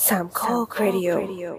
สามข้อครดิโอ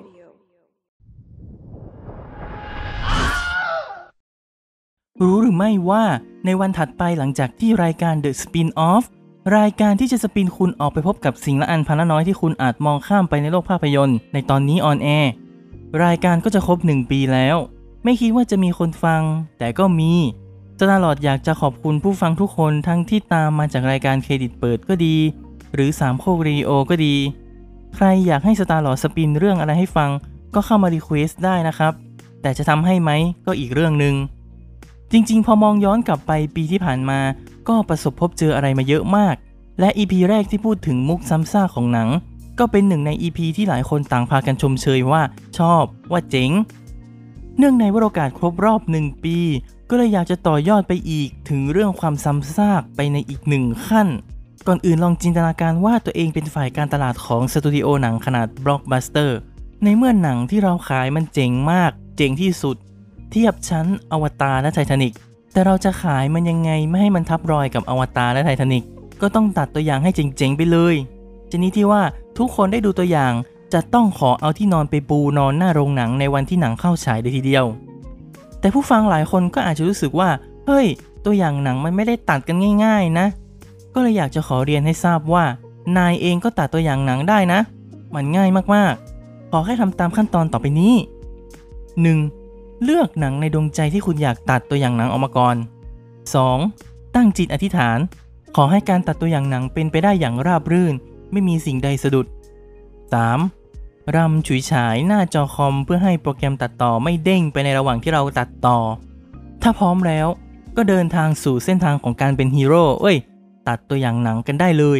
รู้หรือไม่ว่าในวันถัดไปหลังจากที่รายการ The Spin-off รายการที่จะสปินคุณออกไปพบกับสิ่งละอันพันละน้อยที่คุณอาจมองข้ามไปในโลกภาพยนตร์ในตอนนี้ออนแอร์รายการก็จะครบ1 ปีแล้วไม่คิดว่าจะมีคนฟังแต่ก็มีสตาร์ลอร์ดอยากจะขอบคุณผู้ฟังทุกคนทั้งที่ตามมาจากรายการเครดิตเปิดก็ดีหรือ3โคกเรดิโอก็ดีใครอยากให้สตาร์ลอร์ดสปินเรื่องอะไรให้ฟังก็เข้ามารีเควสได้นะครับแต่จะทำให้ไหมก็อีกเรื่องนึงจริงๆพอมองย้อนกลับไปปีที่ผ่านมาก็ประสบพบเจออะไรมาเยอะมากและ EP แรกที่พูดถึงมุกซ้ำซากของหนังก็เป็นหนึ่งใน EP ที่หลายคนต่างพากันชมเชยว่าชอบว่าเจ๋งเนื่องในวาระโอกาสครบรอบ1 ปีก็เลยอยากจะต่อยอดไปอีกถึงเรื่องความซ้ำซากไปในอีก1 ขั้นก่อนอื่นลองจินตนาการว่าตัวเองเป็นฝ่ายการตลาดของสตูดิโอหนังขนาดบล็อกบัสเตอร์ในเมื่อหนังที่เราขายมันเจ๋งมากเจ๋งที่สุดเทียบชั้นอวตารและไททานิกแต่เราจะขายมันยังไงไม่ให้มันทับรอยกับอวตารและไททานิกก็ต้องตัดตัวอย่างให้เจ๋งๆไปเลยชนิดที่ว่าทุกคนได้ดูตัวอย่างจะต้องขอเอาที่นอนไปปูนอนหน้าโรงหนังในวันที่หนังเข้าฉายเลยทีเดียวแต่ผู้ฟังหลายคนก็อาจจะรู้สึกว่าเฮ้ยตัวอย่างหนังมันไม่ได้ตัดกันง่ายๆนะก็เลยอยากจะขอเรียนให้ทราบว่านายเองก็ตัดตัวอย่างหนังได้นะมันง่ายมากๆขอแค่ทำตามขั้นตอนต่อไปนี้ 1. เลือกหนังในดวงใจที่คุณอยากตัดตัวอย่างหนังออกมาก่อน 2. ตั้งจิตอธิษฐานขอให้การตัดตัวอย่างหนังเป็นไปได้อย่างราบรื่นไม่มีสิ่งใดสะดุด 3. รำฉุยฉายหน้าจอคอมเพื่อให้โปรแกรมตัดต่อไม่เด้งไปในระหว่างที่เราตัดต่อถ้าพร้อมแล้วก็เดินทางสู่เส้นทางของการเป็นฮีโร่ตัดตัวอย่างหนังกันได้เลย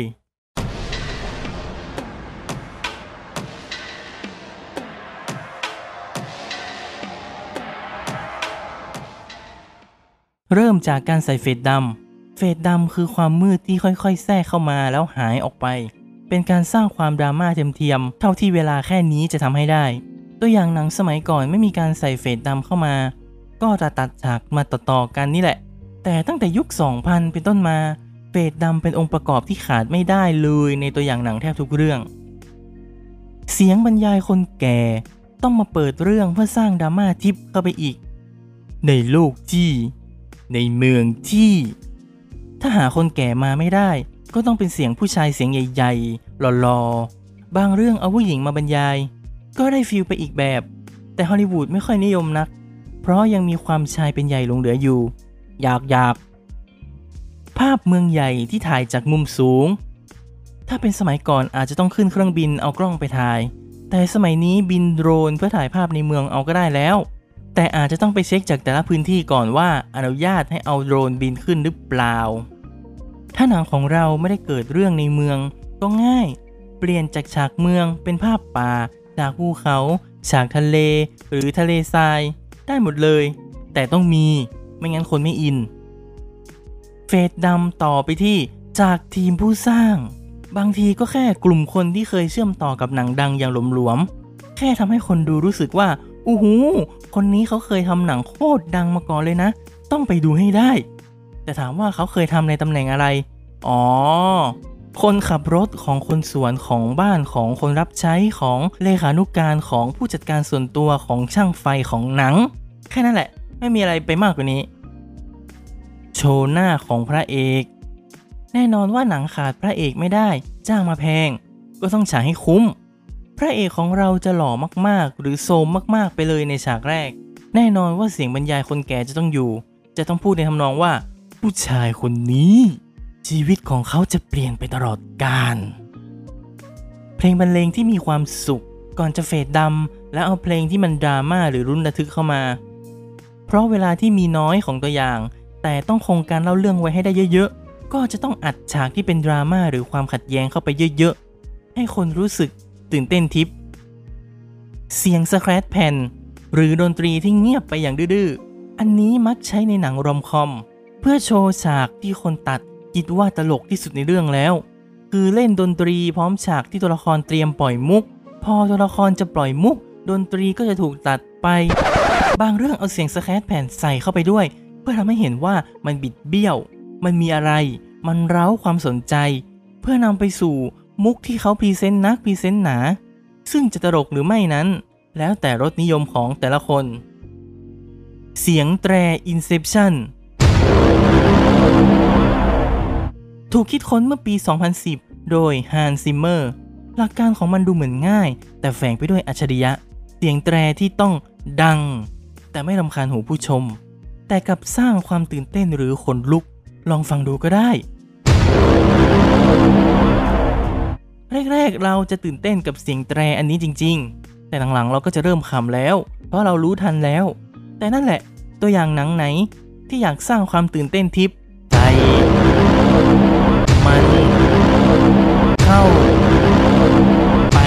เริ่มจากการใส่เฟดดำคือความมืดที่ค่อยๆแทรกเข้ามาแล้วหายออกไปเป็นการสร้างความดราม่าเทียมๆเท่าที่เวลาแค่นี้จะทำให้ได้ตัวอย่างหนังสมัยก่อนไม่มีการใส่เฟดดำเข้ามาก็จะตัดฉากมาต่อๆกันนี่แหละแต่ตั้งแต่ยุค 2000 เป็นต้นมาเฟดดำเป็นองค์ประกอบที่ขาดไม่ได้เลยในตัวอย่างหนังแทบทุกเรื่องเสียงบรรยายคนแก่ต้องมาเปิดเรื่องเพื่อสร้างดราม่าทิปเข้าไปอีกในโลกที่ในเมืองที่ถ้าหาคนแก่มาไม่ได้ก็ต้องเป็นเสียงผู้ชายเสียงใหญ่ๆหล่อๆบางเรื่องเอาผู้หญิงมาบรรยายก็ได้ฟีลไปอีกแบบแต่ฮอลลีวูดไม่ค่อยนิยมนักเพราะยังมีความชายเป็นใหญ่หลงเหลืออยู่อยากภาพเมืองใหญ่ที่ถ่ายจากมุมสูงถ้าเป็นสมัยก่อนอาจจะต้องขึ้นเครื่องบินเอากล้องไปถ่ายแต่สมัยนี้บินโดรนเพื่อถ่ายภาพในเมืองเอาก็ได้แล้วแต่อาจจะต้องไปเช็คจากแต่ละพื้นที่ก่อนว่าอนุญาตให้เอาโดรนบินขึ้นหรือเปล่าถ้าหนังของเราไม่ได้เกิดเรื่องในเมืองก็ง่ายเปลี่ยนจากฉากเมืองเป็นภาพป่าจากภูเขาฉากทะเลหรือทะเลทรายได้หมดเลยแต่ต้องมีไม่งั้นคนไม่อินเฟดดำต่อไปที่จากทีมผู้สร้างบางทีก็แค่กลุ่มคนที่เคยเชื่อมต่อกับหนังดังอย่างหลวมๆแค่ทำให้คนดูรู้สึกว่าอู้หูคนนี้เขาเคยทำหนังโคตรดังมาก่อนเลยนะต้องไปดูให้ได้แต่ถามว่าเขาเคยทำในตำแหน่งอะไรคนขับรถของคนสวนของบ้านของคนรับใช้ของเลขานุการของผู้จัดการส่วนตัวของช่างไฟของหนังแค่นั้นแหละไม่มีอะไรไปมากกว่านี้โชว์หน้าของพระเอกแน่นอนว่าหนังขาดพระเอกไม่ได้จ้างมาแพงก็ต้องฉายให้คุ้มพระเอกของเราจะหล่อมากๆหรือโซมมากๆไปเลยในฉากแรกแน่นอนว่าเสียงบรรยายคนแก่จะต้องอยู่จะต้องพูดในทำนองว่าผู้ชายคนนี้ชีวิตของเขาจะเปลี่ยนไปตลอดกาลเพลงบรรเลงที่มีความสุขก่อนจะเฟดดำแล้วเอาเพลงที่มันดราม่าหรือรุนระทึกเข้ามาเพราะเวลาที่มีน้อยของตัวอย่างแต่ต้องคงการเล่าเรื่องไว้ให้ได้เยอะๆก็จะต้องอัดฉากที่เป็นดราม่าหรือความขัดแย้งเข้าไปเยอะๆให้คนรู้สึกตื่นเต้นทิปเสียงสแครชแผ่นหรือดนตรีที่เงียบไปอย่างดื้อๆอันนี้มักใช้ในหนังรอมคอมเพื่อโชว์ฉากที่คนตัดคิดว่าตลกที่สุดในเรื่องแล้วคือเล่นดนตรีพร้อมฉากที่ตัวละครเตรียมปล่อยมุกพอตัวละครจะปล่อยมุกดนตรีก็จะถูกตัดไปบางเรื่องเอาเสียงสแครชแผ่นใส่เข้าไปด้วยเพื่อทำให้เห็นว่ามันบิดเบี้ยวมันมีอะไรมันเร้าความสนใจเพื่อนำไปสู่มุกที่เขาพรีเซนต์นักพรีเซนต์หนาซึ่งจะตลกหรือไม่นั้นแล้วแต่รสนิยมของแต่ละคนเสียงแตร Inception ถูกคิดค้นเมื่อปี 2010 โดย Hans Zimmer หลักการของมันดูเหมือนง่ายแต่แฝงไปด้วยอัจฉริยะเสียงแตรที่ต้องดังแต่ไม่รำคาญหูผู้ชมแต่กลับสร้างความตื่นเต้นหรือขนลุกลองฟังดูก็ได้แรกๆเราจะตื่นเต้นกับเสียงแตรอันนี้จริงๆแต่หลังๆเราก็จะเริ่มขำแล้วเพราะเรารู้ทันแล้วแต่นั่นแหละตัวอย่างหนังไหนที่อยากสร้างความตื่นเต้นทิพย์ใจมันเข้าไป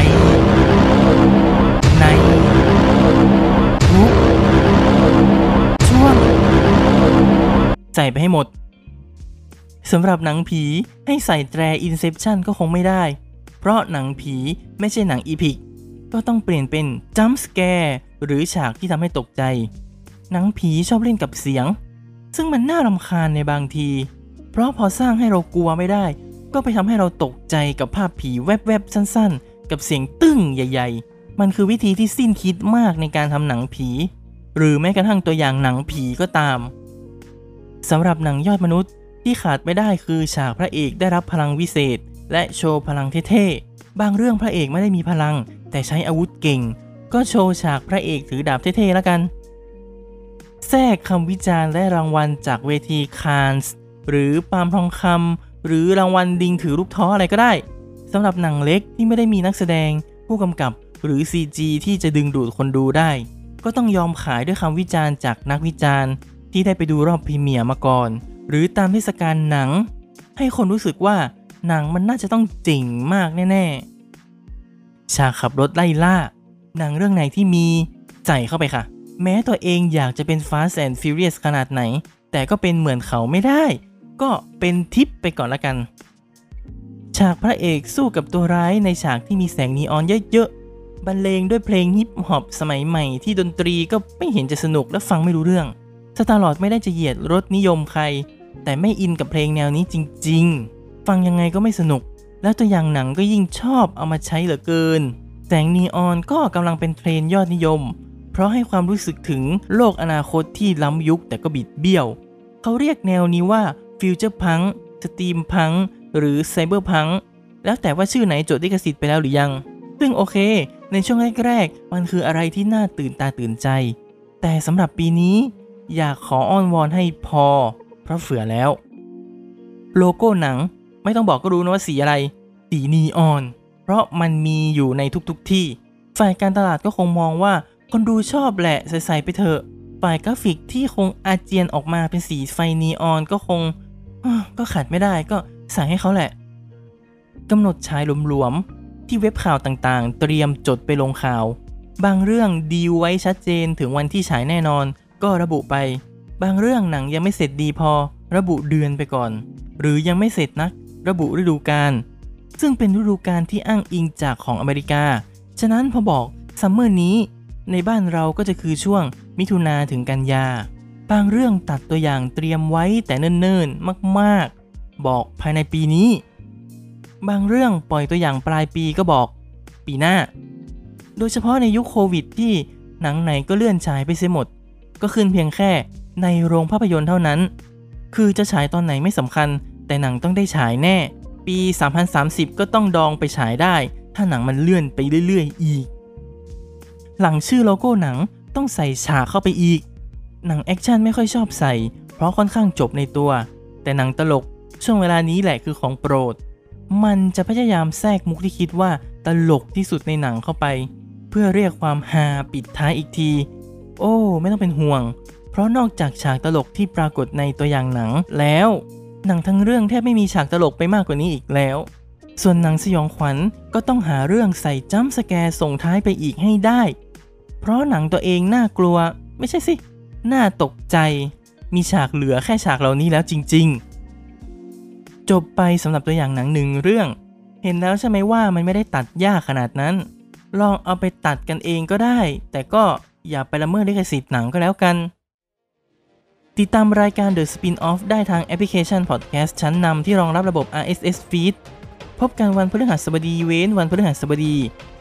ในทุกช่วงใส่ไปให้หมดสำหรับหนังผีให้ใส่แตร Inception ก็คงไม่ได้เพราะหนังผีไม่ใช่หนังอีพิกก็ต้องเปลี่ยนเป็น Jump Scare หรือฉากที่ทำให้ตกใจหนังผีชอบเล่นกับเสียงซึ่งมันน่ารำคาญในบางทีเพราะพอสร้างให้เรากลัวไม่ได้ก็ไปทำให้เราตกใจกับภาพผีแวบๆสั้นๆกับเสียงตึ้งใหญ่ๆมันคือวิธีที่สิ้นคิดมากในการทำหนังผีหรือแม้กระทั่งตัวอย่างหนังผีก็ตามสำหรับหนังยอดมนุษย์ที่ขาดไม่ได้คือฉากพระเอกได้รับพลังวิเศษและโชว์พลังเท่ๆบางเรื่องพระเอกไม่ได้มีพลังแต่ใช้อาวุธเก่งก็โชว์ฉากพระเอกถือดาบเท่ๆแล้วกันแทรกคำวิจารณ์และรางวัลจากเวทีคานส์หรือปาล์มทองคำหรือรางวัลดิงถือลูกท้ออะไรก็ได้สำหรับหนังเล็กที่ไม่ได้มีนักแสดงผู้กำกับหรือ CG ที่จะดึงดูดคนดูได้ก็ต้องยอมขายด้วยคำวิจารณ์จากนักวิจารณ์ที่ได้ไปดูรอบพรีเมียร์มาก่อนหรือตามเทศกาลหนังให้คนรู้สึกว่าหนังมันน่าจะต้องเจ๋งมากแน่ๆฉากขับรถไล่ล่าหนังเรื่องไหนที่มีใส่เข้าไปค่ะแม้ตัวเองอยากจะเป็น Fast and Furious ขนาดไหนแต่ก็เป็นเหมือนเขาไม่ได้ก็เป็นทิปไปก่อนละกันฉากพระเอกสู้กับตัวร้ายในฉากที่มีแสงนีออนเยอะๆบรรเลงด้วยเพลงฮิปฮอปสมัยใหม่ที่ดนตรีก็ไม่เห็นจะสนุกและฟังไม่รู้เรื่องสตาร์ลอร์ดไม่ได้จะเหยียดรสนิยมใครแต่ไม่อินกับเพลงแนวนี้จริงๆฟังยังไงก็ไม่สนุกแล้วตัวอย่างหนังก็ยิ่งชอบเอามาใช้เหลือเกินแสงนีออนก็กำลังเป็นเทรนด์ยอดนิยมเพราะให้ความรู้สึกถึงโลกอนาคตที่ล้ำยุคแต่ก็บิดเบี้ยวเขาเรียกแนวนี้ว่าฟิวเจอร์พังค์สตรีมพังค์หรือไซเบอร์พังค์แล้วแต่ว่าชื่อไหนจดลิขสิทธิ์ไปแล้วหรือยังซึ่งโอเคในช่วงแรกๆมันคืออะไรที่น่าตื่นตาตื่นใจแต่สำหรับปีนี้อยากขออ้อนวอนให้พอเพราะเฟื่อแล้วโลโก้หนังไม่ต้องบอกก็รู้นะว่าสีอะไรสีนีออนเพราะมันมีอยู่ในทุกที่ฝ่ายการตลาดก็คงมองว่าคนดูชอบแหละใส่ไปเถอะฝ่ายกราฟิกที่คงอาเจียนออกมาเป็นสีไฟนีออนก็คงก็ขัดไม่ได้ก็สั่งให้เขาแหละกำหนดฉายหลวมๆที่เว็บข่าวต่างๆเตรียมจดไปลงข่าวบางเรื่องดีลไว้ชัดเจนถึงวันที่ฉายแน่นอนก็ระบุไปบางเรื่องหนังยังไม่เสร็จดีพอระบุเดือนไปก่อนหรือยังไม่เสร็จนักระบุฤดูกาลซึ่งเป็นฤดูกาลที่อ้างอิงจากของอเมริกาฉะนั้นพอบอกซัมเมอร์นี้ในบ้านเราก็จะคือช่วงมิถุนาถึงกันยาบางเรื่องตัดตัวอย่างเตรียมไว้แต่เนิ่นๆมากๆบอกภายในปีนี้บางเรื่องปล่อยตัวอย่างปลายปีก็บอกปีหน้าโดยเฉพาะในยุคโควิดที่หนังไหนก็เลื่อนฉายไปเสียหมดก็ขึ้นเพียงแค่ในโรงภาพยนตร์เท่านั้นคือจะฉายตอนไหนไม่สำคัญแต่หนังต้องได้ฉายแน่ปี3030ก็ต้องดองไปฉายได้ถ้าหนังมันเลื่อนไปเรื่อยๆอีกหลังชื่อโลโก้หนังต้องใส่ฉากเข้าไปอีกหนังแอคชั่นไม่ค่อยชอบใส่เพราะค่อนข้างจบในตัวแต่หนังตลกช่วงเวลานี้แหละคือของโปรดมันจะพยายามแทรกมุกที่คิดว่าตลกที่สุดในหนังเข้าไปเพื่อเรียกความฮาปิดท้ายอีกทีโอ้ไม่ต้องเป็นห่วงเพราะนอกจากฉากตลกที่ปรากฏในตัวอย่างหนังแล้วหนังทั้งเรื่องแทบไม่มีฉากตลกไปมากกว่านี้อีกแล้วส่วนหนังสยองขวัญก็ต้องหาเรื่องใส่จัมป์สแกร์ส่งท้ายไปอีกให้ได้เพราะหนังตัวเองน่ากลัวไม่ใช่สิน่าตกใจมีฉากเหลือแค่ฉากเหล่านี้แล้วจริงๆจบไปสำหรับตัวอย่างหนังหนึ่งเรื่องเห็นแล้วใช่ไหมว่ามันไม่ได้ตัดยากขนาดนั้นลองเอาไปตัดกันเองก็ได้แต่ก็อย่าไปละเมิดลิขสิทธิ์หนังก็แล้วกันติดตามรายการ The Spin-off ได้ทางแอปพลิเคชัน Podcast ชั้นนำที่รองรับระบบ RSS Feed พบกันวันพฤหัสบดีเว้นวันพฤหัสบดี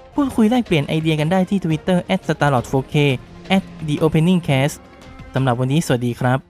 พูดคุยแลกเปลี่ยนไอเดียกันได้ที่ Twitter @starlord4k @theopeningcast สำหรับวันนี้สวัสดีครับ